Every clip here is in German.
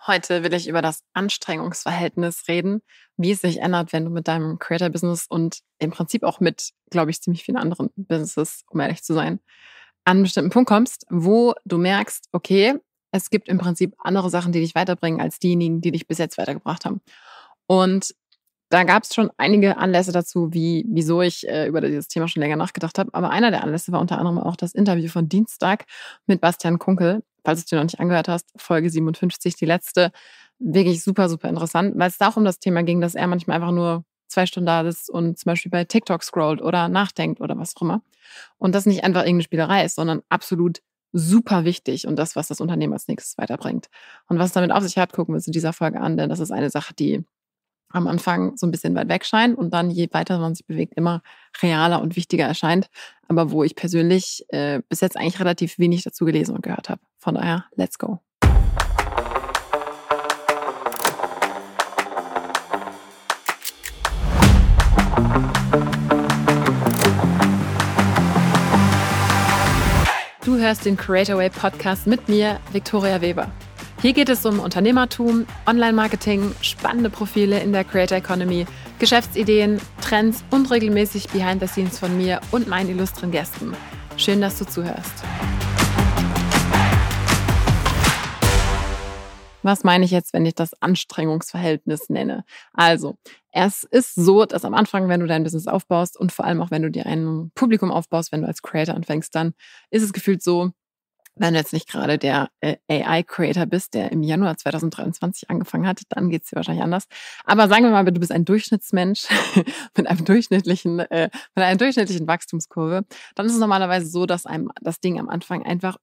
Heute will ich über das Anstrengungsverhältnis reden, wie es sich ändert, wenn du mit deinem Creator-Business und im Prinzip auch mit, glaube ich, ziemlich vielen anderen Businesses, um ehrlich zu sein, an einen bestimmten Punkt kommst, wo du merkst, okay, es gibt im Prinzip andere Sachen, die dich weiterbringen, als diejenigen, die dich bis jetzt weitergebracht haben. Und da gab es schon einige Anlässe dazu, wieso ich über dieses Thema schon länger nachgedacht habe. Aber einer der Anlässe war unter anderem auch das Interview von Dienstag mit Bastian Kunkel. Falls du es dir noch nicht angehört hast, Folge 57, die letzte. Wirklich super, super interessant, weil es da auch um das Thema ging, dass er manchmal einfach nur 2 Stunden da sitzt und zum Beispiel bei TikTok scrollt oder nachdenkt oder was auch immer. Und das nicht einfach irgendeine Spielerei ist, sondern absolut super wichtig und das, was das Unternehmen als nächstes weiterbringt. Und was es damit auf sich hat, gucken wir uns in dieser Folge an, denn das ist eine Sache, die am Anfang so ein bisschen weit weg scheint und dann, je weiter man sich bewegt, immer realer und wichtiger erscheint, aber wo ich persönlich bis jetzt eigentlich relativ wenig dazu gelesen und gehört habe. Von daher, let's go. Du hörst den Creator Way Podcast mit mir, Viktoria Weber. Hier geht es um Unternehmertum, Online-Marketing, spannende Profile in der Creator Economy, Geschäftsideen, Trends und regelmäßig Behind the Scenes von mir und meinen illustren Gästen. Schön, dass du zuhörst. Was meine ich jetzt, wenn ich das Anstrengungsverhältnis nenne? Also, es ist so, dass am Anfang, wenn du dein Business aufbaust und vor allem auch, wenn du dir ein Publikum aufbaust, wenn du als Creator anfängst, dann ist es gefühlt so, wenn du jetzt nicht gerade der AI-Creator bist, der im Januar 2023 angefangen hat, dann geht's dir wahrscheinlich anders. Aber sagen wir mal, du bist ein Durchschnittsmensch mit einer durchschnittlichen Wachstumskurve, dann ist es normalerweise so, dass einem das Ding am Anfang einfach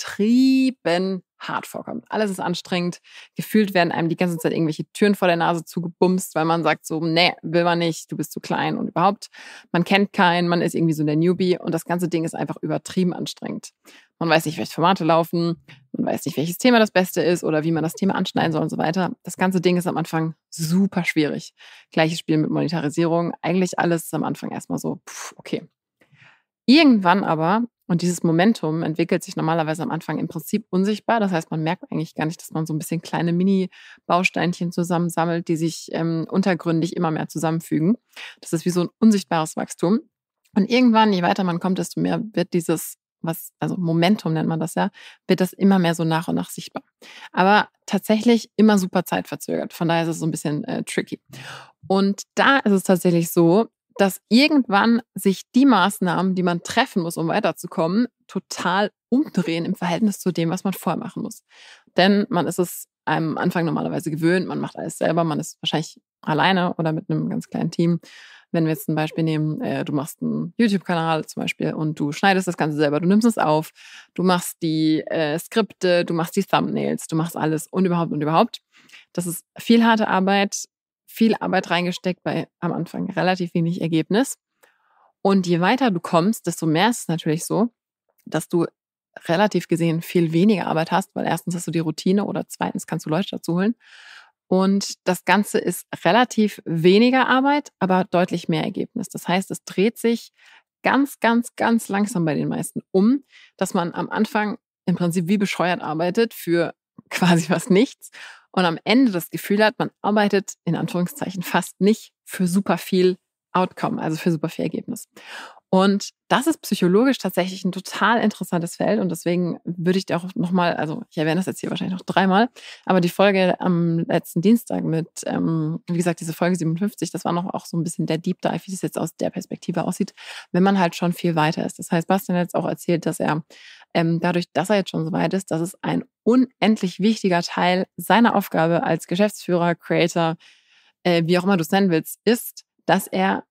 übertrieben hart vorkommt. Alles ist anstrengend. Gefühlt werden einem die ganze Zeit irgendwelche Türen vor der Nase zugebumst, weil man sagt so, nee, will man nicht, du bist zu klein und überhaupt. Man kennt keinen, man ist irgendwie so der Newbie und das ganze Ding ist einfach übertrieben anstrengend. Man weiß nicht, welche Formate laufen, man weiß nicht, welches Thema das Beste ist oder wie man das Thema anschneiden soll und so weiter. Das ganze Ding ist am Anfang super schwierig. Gleiches Spiel mit Monetarisierung. Eigentlich alles ist am Anfang erstmal so, okay. Irgendwann aber, und dieses Momentum entwickelt sich normalerweise am Anfang im Prinzip unsichtbar. Das heißt, man merkt eigentlich gar nicht, dass man so ein bisschen kleine Mini-Bausteinchen zusammensammelt, die sich untergründig immer mehr zusammenfügen. Das ist wie so ein unsichtbares Wachstum. Und irgendwann, je weiter man kommt, desto mehr wird also Momentum nennt man das ja, wird das immer mehr so nach und nach sichtbar. Aber tatsächlich immer super zeitverzögert. Von daher ist es so ein bisschen tricky. Und da ist es tatsächlich so, dass irgendwann sich die Maßnahmen, die man treffen muss, um weiterzukommen, total umdrehen im Verhältnis zu dem, was man vorher machen muss. Denn man ist es am Anfang normalerweise gewöhnt, man macht alles selber, man ist wahrscheinlich alleine oder mit einem ganz kleinen Team. Wenn wir jetzt ein Beispiel nehmen, du machst einen YouTube-Kanal zum Beispiel und du schneidest das Ganze selber, du nimmst es auf, du machst die Skripte, du machst die Thumbnails, du machst alles und überhaupt und überhaupt. Das ist viel harte Arbeit, viel Arbeit reingesteckt bei am Anfang relativ wenig Ergebnis. Und je weiter du kommst, desto mehr ist es natürlich so, dass du relativ gesehen viel weniger Arbeit hast, weil erstens hast du die Routine oder zweitens kannst du Leute dazu holen. Und das Ganze ist relativ weniger Arbeit, aber deutlich mehr Ergebnis. Das heißt, es dreht sich ganz, ganz, ganz langsam bei den meisten um, dass man am Anfang im Prinzip wie bescheuert arbeitet für quasi was nichts und am Ende das Gefühl hat, man arbeitet in Anführungszeichen fast nicht für super viel Outcome, also für super viel Ergebnis. Und das ist psychologisch tatsächlich ein total interessantes Feld und deswegen würde ich dir auch nochmal, also ich erwähne das jetzt hier wahrscheinlich noch 3-mal, aber die Folge am letzten Dienstag mit, wie gesagt, diese Folge 57, das war noch auch so ein bisschen der Deep Dive, wie das jetzt aus der Perspektive aussieht, wenn man halt schon viel weiter ist. Das heißt, Bastian hat jetzt auch erzählt, dass er dadurch, dass er jetzt schon so weit ist, dass es ein unendlich wichtiger Teil seiner Aufgabe als Geschäftsführer, Creator, wie auch immer du es nennen willst, ist, dass er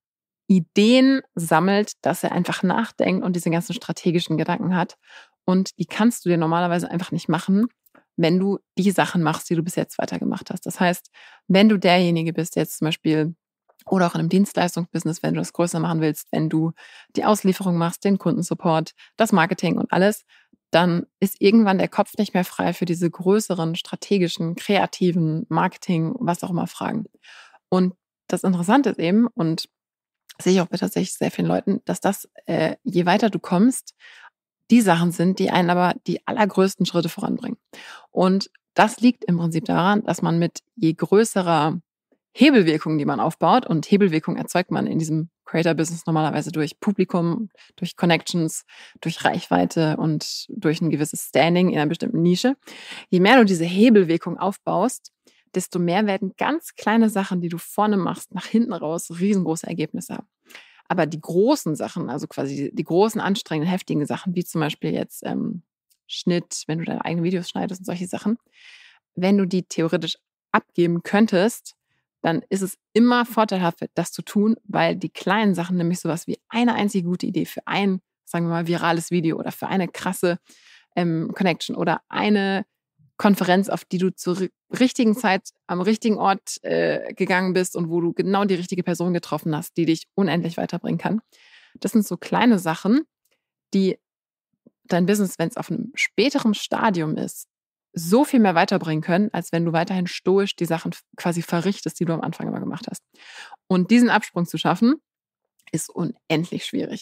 Ideen sammelt, dass er einfach nachdenkt und diese ganzen strategischen Gedanken hat. Und die kannst du dir normalerweise einfach nicht machen, wenn du die Sachen machst, die du bis jetzt weitergemacht hast. Das heißt, wenn du derjenige bist, der jetzt zum Beispiel oder auch in einem Dienstleistungsbusiness, wenn du das größer machen willst, wenn du die Auslieferung machst, den Kundensupport, das Marketing und alles, dann ist irgendwann der Kopf nicht mehr frei für diese größeren, strategischen, kreativen Marketing, was auch immer Fragen. Und das Interessante ist eben, und sehe ich auch bei tatsächlich sehr vielen Leuten, dass das, je weiter du kommst, die Sachen sind, die einen aber die allergrößten Schritte voranbringen. Und das liegt im Prinzip daran, dass man mit je größerer Hebelwirkung, die man aufbaut, und Hebelwirkung erzeugt man in diesem Creator-Business normalerweise durch Publikum, durch Connections, durch Reichweite und durch ein gewisses Standing in einer bestimmten Nische. Je mehr du diese Hebelwirkung aufbaust, desto mehr werden ganz kleine Sachen, die du vorne machst, nach hinten raus riesengroße Ergebnisse haben. Aber die großen Sachen, also quasi die großen, anstrengenden, heftigen Sachen, wie zum Beispiel jetzt Schnitt, wenn du deine eigenen Videos schneidest und solche Sachen, wenn du die theoretisch abgeben könntest, dann ist es immer vorteilhaft, das zu tun, weil die kleinen Sachen, nämlich sowas wie eine einzige gute Idee für ein, sagen wir mal, virales Video oder für eine krasse Connection oder eine Konferenz, auf die du zur richtigen Zeit am richtigen Ort gegangen bist und wo du genau die richtige Person getroffen hast, die dich unendlich weiterbringen kann. Das sind so kleine Sachen, die dein Business, wenn es auf einem späteren Stadium ist, so viel mehr weiterbringen können, als wenn du weiterhin stoisch die Sachen quasi verrichtest, die du am Anfang immer gemacht hast. Und diesen Absprung zu schaffen, ist unendlich schwierig.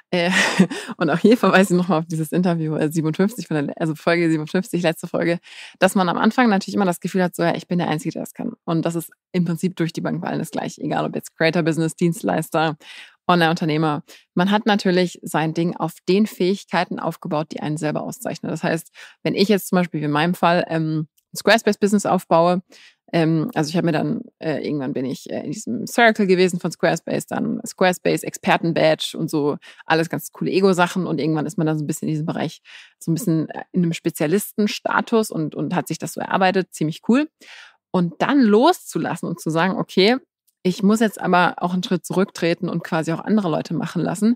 Und auch hier verweise ich nochmal auf dieses Interview 57, also Folge 57, letzte Folge, dass man am Anfang natürlich immer das Gefühl hat, so ja, ich bin der Einzige, der das kann. Und das ist im Prinzip durch die Bank bei allen das Gleiche, egal ob jetzt Creator-Business, Dienstleister, Online-Unternehmer. Man hat natürlich sein Ding auf den Fähigkeiten aufgebaut, die einen selber auszeichnen. Das heißt, wenn ich jetzt zum Beispiel wie in meinem Fall ein Squarespace-Business aufbaue, also ich habe mir dann, irgendwann bin ich in diesem Circle gewesen von Squarespace, dann Squarespace Experten-Badge und so, alles ganz coole Ego-Sachen, und irgendwann ist man dann so ein bisschen in diesem Bereich, so ein bisschen in einem Spezialistenstatus und hat sich das so erarbeitet, ziemlich cool. Und dann loszulassen und zu sagen, okay, ich muss jetzt aber auch einen Schritt zurücktreten und quasi auch andere Leute machen lassen.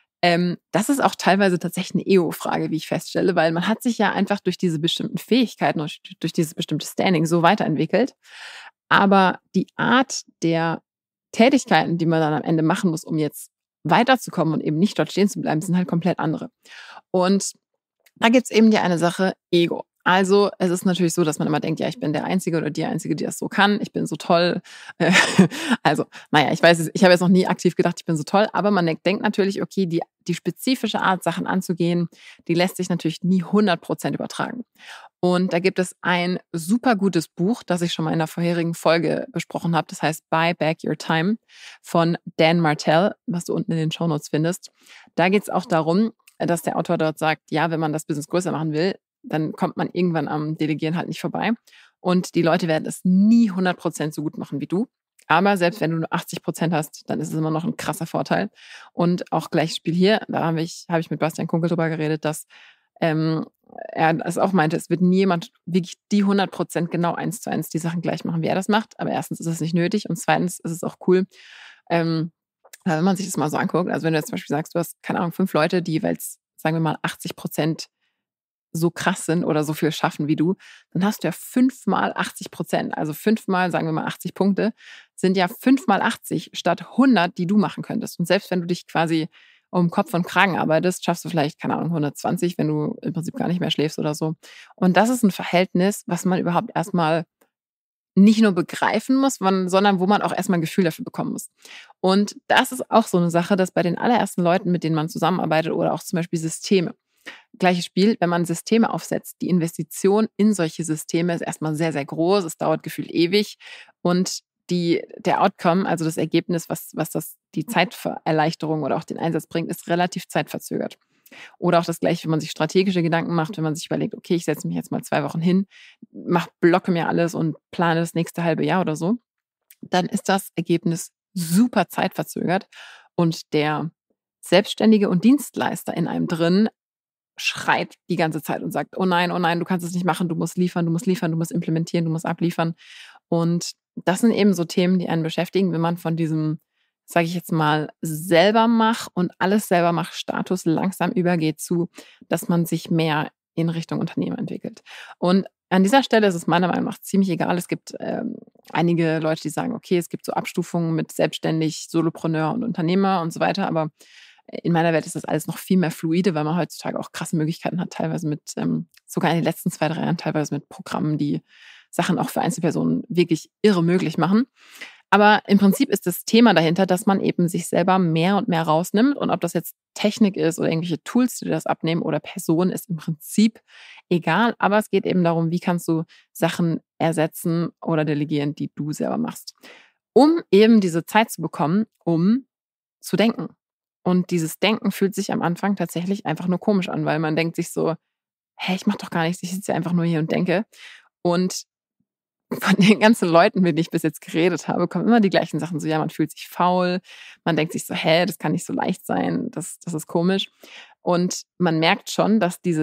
Das ist auch teilweise tatsächlich eine Ego-Frage, wie ich feststelle, weil man hat sich ja einfach durch diese bestimmten Fähigkeiten und durch dieses bestimmte Standing so weiterentwickelt. Aber die Art der Tätigkeiten, die man dann am Ende machen muss, um jetzt weiterzukommen und eben nicht dort stehen zu bleiben, sind halt komplett andere. Und da gibt's eben die eine Sache, Ego. Also es ist natürlich so, dass man immer denkt, ja, ich bin der Einzige oder die Einzige, die das so kann. Ich bin so toll. Also, naja, ich weiß, ich habe jetzt noch nie aktiv gedacht, ich bin so toll, aber man denkt natürlich, okay, die spezifische Art, Sachen anzugehen, die lässt sich natürlich nie 100% übertragen. Und da gibt es ein super gutes Buch, das ich schon mal in der vorherigen Folge besprochen habe. Das heißt Buy Back Your Time von Dan Martell, was du unten in den Shownotes findest. Da geht es auch darum, dass der Autor dort sagt, ja, wenn man das Business größer machen will, dann kommt man irgendwann am Delegieren halt nicht vorbei. Und die Leute werden es nie 100% so gut machen wie du. Aber selbst wenn du nur 80% hast, dann ist es immer noch ein krasser Vorteil. Und auch gleiches Spiel hier, da habe ich mit Bastian Kunkel drüber geredet, dass er es auch meinte, es wird nie jemand wirklich die 100% genau 1:1 die Sachen gleich machen, wie er das macht. Aber erstens ist es nicht nötig und zweitens ist es auch cool, wenn man sich das mal so anguckt. Also wenn du jetzt zum Beispiel sagst, du hast, keine Ahnung, 5 Leute, die jeweils, sagen wir mal, 80% so krass sind oder so viel schaffen wie du, dann hast du ja 5 mal 80%. Also 5 mal, sagen wir mal, 80 Punkte sind ja 5 mal 80 statt 100, die du machen könntest. Und selbst wenn du dich quasi um Kopf und Kragen arbeitest, schaffst du vielleicht, keine Ahnung, 120, wenn du im Prinzip gar nicht mehr schläfst oder so. Und das ist ein Verhältnis, was man überhaupt erstmal nicht nur begreifen muss, sondern wo man auch erstmal ein Gefühl dafür bekommen muss. Und das ist auch so eine Sache, dass bei den allerersten Leuten, mit denen man zusammenarbeitet, oder auch zum Beispiel Systeme, gleiches Spiel, wenn man Systeme aufsetzt, die Investition in solche Systeme ist erstmal sehr, sehr groß, es dauert gefühlt ewig und der Outcome, also das Ergebnis, was die Zeiterleichterung oder auch den Einsatz bringt, ist relativ zeitverzögert. Oder auch das Gleiche, wenn man sich strategische Gedanken macht, wenn man sich überlegt, okay, ich setze mich jetzt mal 2 Wochen hin, blocke mir alles und plane das nächste halbe Jahr oder so, dann ist das Ergebnis super zeitverzögert und der Selbstständige und Dienstleister in einem drin schreit die ganze Zeit und sagt, oh nein, du kannst es nicht machen, du musst liefern, du musst implementieren, du musst abliefern. Und das sind eben so Themen, die einen beschäftigen, wenn man von diesem, sage ich jetzt mal, selber mach und alles selber mach Status langsam übergeht zu, dass man sich mehr in Richtung Unternehmen entwickelt. Und an dieser Stelle ist es meiner Meinung nach ziemlich egal. Es gibt einige Leute, die sagen, okay, es gibt so Abstufungen mit selbstständig, Solopreneur und Unternehmer und so weiter, aber in meiner Welt ist das alles noch viel mehr fluide, weil man heutzutage auch krasse Möglichkeiten hat, teilweise mit, sogar in den letzten 2, 3 Jahren, teilweise mit Programmen, die Sachen auch für Einzelpersonen wirklich irre möglich machen. Aber im Prinzip ist das Thema dahinter, dass man eben sich selber mehr und mehr rausnimmt. Und ob das jetzt Technik ist oder irgendwelche Tools, die dir das abnehmen oder Personen, ist im Prinzip egal. Aber es geht eben darum, wie kannst du Sachen ersetzen oder delegieren, die du selber machst, um eben diese Zeit zu bekommen, um zu denken. Und dieses Denken fühlt sich am Anfang tatsächlich einfach nur komisch an, weil man denkt sich so, hä, ich mache doch gar nichts, ich sitze ja einfach nur hier und denke. Und von den ganzen Leuten, mit denen ich bis jetzt geredet habe, kommen immer die gleichen Sachen. So, ja, man fühlt sich faul, man denkt sich so, hä, das kann nicht so leicht sein, das ist komisch. Und man merkt schon, dass diese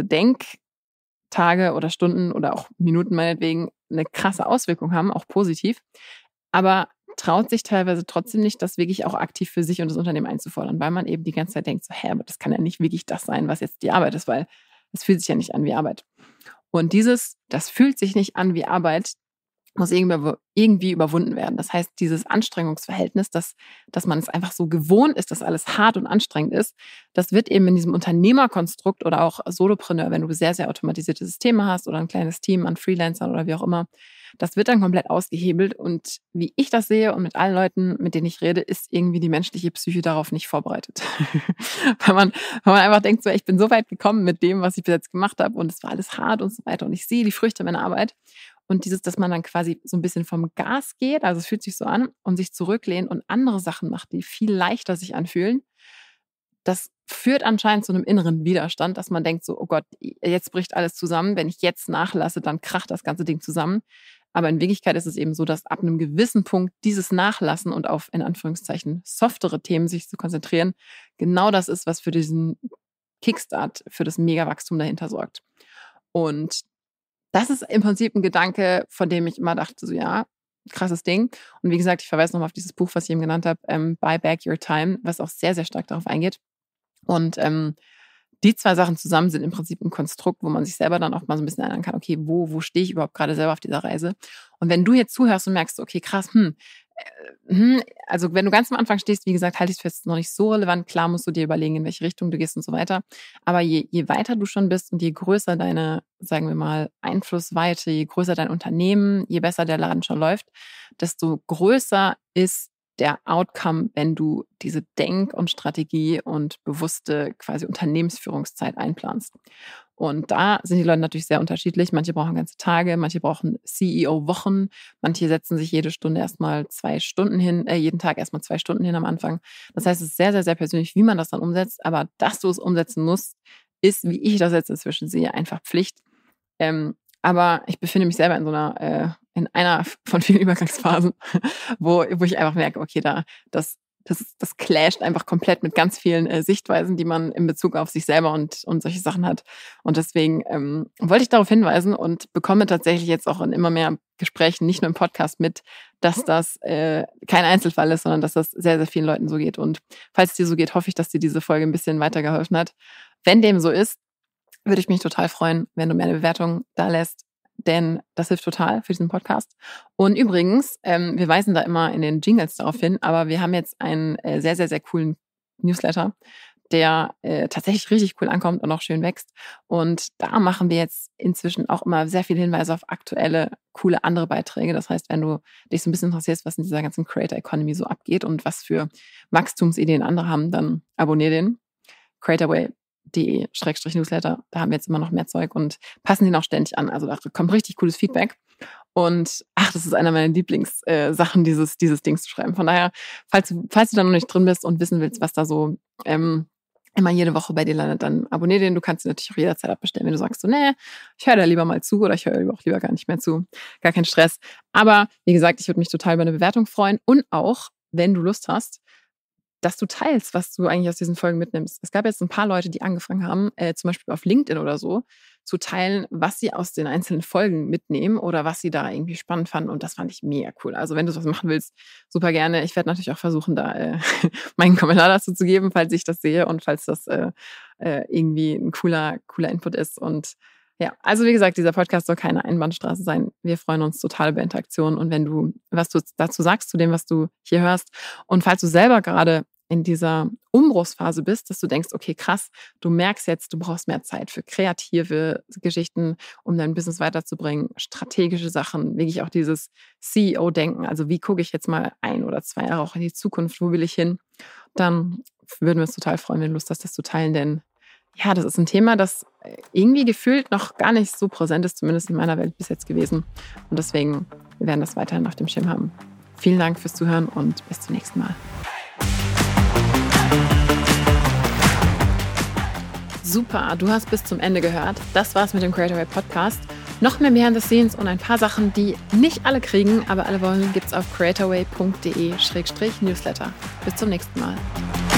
Denktage oder Stunden oder auch Minuten meinetwegen eine krasse Auswirkung haben, auch positiv. Aber traut sich teilweise trotzdem nicht, das wirklich auch aktiv für sich und das Unternehmen einzufordern, weil man eben die ganze Zeit denkt, so, hä, aber das kann ja nicht wirklich das sein, was jetzt die Arbeit ist, weil es fühlt sich ja nicht an wie Arbeit. Und das fühlt sich nicht an wie Arbeit, muss irgendwie überwunden werden. Das heißt, dieses Anstrengungsverhältnis, dass man es einfach so gewohnt ist, dass alles hart und anstrengend ist, das wird eben in diesem Unternehmerkonstrukt oder auch Solopreneur, wenn du sehr, sehr automatisierte Systeme hast oder ein kleines Team an Freelancern oder wie auch immer, das wird dann komplett ausgehebelt. Und wie ich das sehe und mit allen Leuten, mit denen ich rede, ist irgendwie die menschliche Psyche darauf nicht vorbereitet. weil man einfach denkt, so, ich bin so weit gekommen mit dem, was ich bis jetzt gemacht habe und es war alles hart und so weiter und ich sehe die Früchte meiner Arbeit. Und dass man dann quasi so ein bisschen vom Gas geht, also es fühlt sich so an, und sich zurücklehnt und andere Sachen macht, die viel leichter sich anfühlen, das führt anscheinend zu einem inneren Widerstand, dass man denkt so: „Oh Gott, jetzt bricht alles zusammen. Wenn ich jetzt nachlasse, dann kracht das ganze Ding zusammen.“ Aber in Wirklichkeit ist es eben so, dass ab einem gewissen Punkt dieses Nachlassen und auf, in Anführungszeichen, softere Themen sich zu konzentrieren, genau das ist, was für diesen Kickstart, für das Megawachstum dahinter sorgt. Und das ist im Prinzip ein Gedanke, von dem ich immer dachte, so ja, krasses Ding. Und wie gesagt, ich verweise nochmal auf dieses Buch, was ich eben genannt habe, „Buy Back Your Time“, was auch sehr, sehr stark darauf eingeht. Und, die 2 Sachen zusammen sind im Prinzip ein Konstrukt, wo man sich selber dann auch mal so ein bisschen erinnern kann: „Okay, wo stehe ich überhaupt gerade selber auf dieser Reise?“ Und wenn du jetzt zuhörst und merkst: „Okay, krass, also, wenn du ganz am Anfang stehst, wie gesagt, halte ich's für jetzt noch nicht so relevant. Klar musst du dir überlegen, in welche Richtung du gehst und so weiter. Aber je weiter du schon bist und je größer deine, sagen wir mal, Einflussweite, je größer dein Unternehmen, je besser der Laden schon läuft, desto größer ist der Outcome, wenn du diese Denk- und Strategie und bewusste quasi Unternehmensführungszeit einplanst. Und da sind die Leute natürlich sehr unterschiedlich. Manche brauchen ganze Tage, manche brauchen CEO-Wochen, manche setzen sich jede Stunde erstmal 2 Stunden hin, jeden Tag erstmal 2 Stunden hin am Anfang. Das heißt, es ist sehr, sehr, sehr persönlich, wie man das dann umsetzt. Aber dass du es umsetzen musst, ist, wie ich das jetzt inzwischen sehe, einfach Pflicht. Aber ich befinde mich selber in einer von vielen Übergangsphasen, wo ich einfach merke, okay, das clasht einfach komplett mit ganz vielen Sichtweisen, die man in Bezug auf sich selber und solche Sachen hat. Und deswegen wollte ich darauf hinweisen und bekomme tatsächlich jetzt auch in immer mehr Gesprächen, nicht nur im Podcast mit, dass das kein Einzelfall ist, sondern dass das sehr, sehr vielen Leuten so geht. Und falls es dir so geht, hoffe ich, dass dir diese Folge ein bisschen weitergeholfen hat. Wenn dem so ist, würde ich mich total freuen, wenn du mir eine Bewertung da lässt, denn das hilft total für diesen Podcast. Und übrigens, wir weisen da immer in den Jingles darauf hin, aber wir haben jetzt einen sehr, sehr, sehr coolen Newsletter, der tatsächlich richtig cool ankommt und auch schön wächst. Und da machen wir jetzt inzwischen auch immer sehr viele Hinweise auf aktuelle, coole andere Beiträge. Das heißt, wenn du dich so ein bisschen interessierst, was in dieser ganzen Creator Economy so abgeht und was für Wachstumsideen andere haben, dann abonnier den. creatorway.de/Newsletter. Da haben wir jetzt immer noch mehr Zeug und passen den auch ständig an. Also da kommt richtig cooles Feedback. Und das ist einer meiner Lieblingssachen, dieses Dings zu schreiben. Von daher, falls du da noch nicht drin bist und wissen willst, was da so immer jede Woche bei dir landet, dann abonnier den. Du kannst ihn natürlich auch jederzeit abbestellen, wenn du sagst so, nee, ich höre da lieber mal zu oder ich höre auch lieber gar nicht mehr zu. Gar kein Stress. Aber wie gesagt, ich würde mich total über eine Bewertung freuen und auch, wenn du Lust hast, dass du teilst, was du eigentlich aus diesen Folgen mitnimmst. Es gab jetzt ein paar Leute, die angefangen haben, zum Beispiel auf LinkedIn oder so, zu teilen, was sie aus den einzelnen Folgen mitnehmen oder was sie da irgendwie spannend fanden. Und das fand ich mega cool. Also wenn du sowas machen willst, super gerne. Ich werde natürlich auch versuchen, da meinen Kommentar dazu zu geben, falls ich das sehe und falls das irgendwie ein cooler Input ist. Und ja, also wie gesagt, dieser Podcast soll keine Einbahnstraße sein. Wir freuen uns total über Interaktion. Und wenn du was du dazu sagst, zu dem, was du hier hörst, und falls du selber gerade in dieser Umbruchsphase bist, dass du denkst, okay, krass, du merkst jetzt, du brauchst mehr Zeit für kreative Geschichten, um dein Business weiterzubringen, strategische Sachen, wirklich auch dieses CEO-Denken, also wie gucke ich jetzt mal 1 oder 2 Jahre auch in die Zukunft, wo will ich hin? Dann würden wir uns total freuen, wenn du Lust hast, das zu teilen, denn ja, das ist ein Thema, das irgendwie gefühlt noch gar nicht so präsent ist, zumindest in meiner Welt bis jetzt gewesen. Und deswegen, wir werden das weiterhin auf dem Schirm haben. Vielen Dank fürs Zuhören und bis zum nächsten Mal. Super, du hast bis zum Ende gehört. Das war's mit dem Creatorway Podcast. Noch mehr Behind the Scenes und ein paar Sachen, die nicht alle kriegen, aber alle wollen, gibt's auf creatorway.de/newsletter. Bis zum nächsten Mal.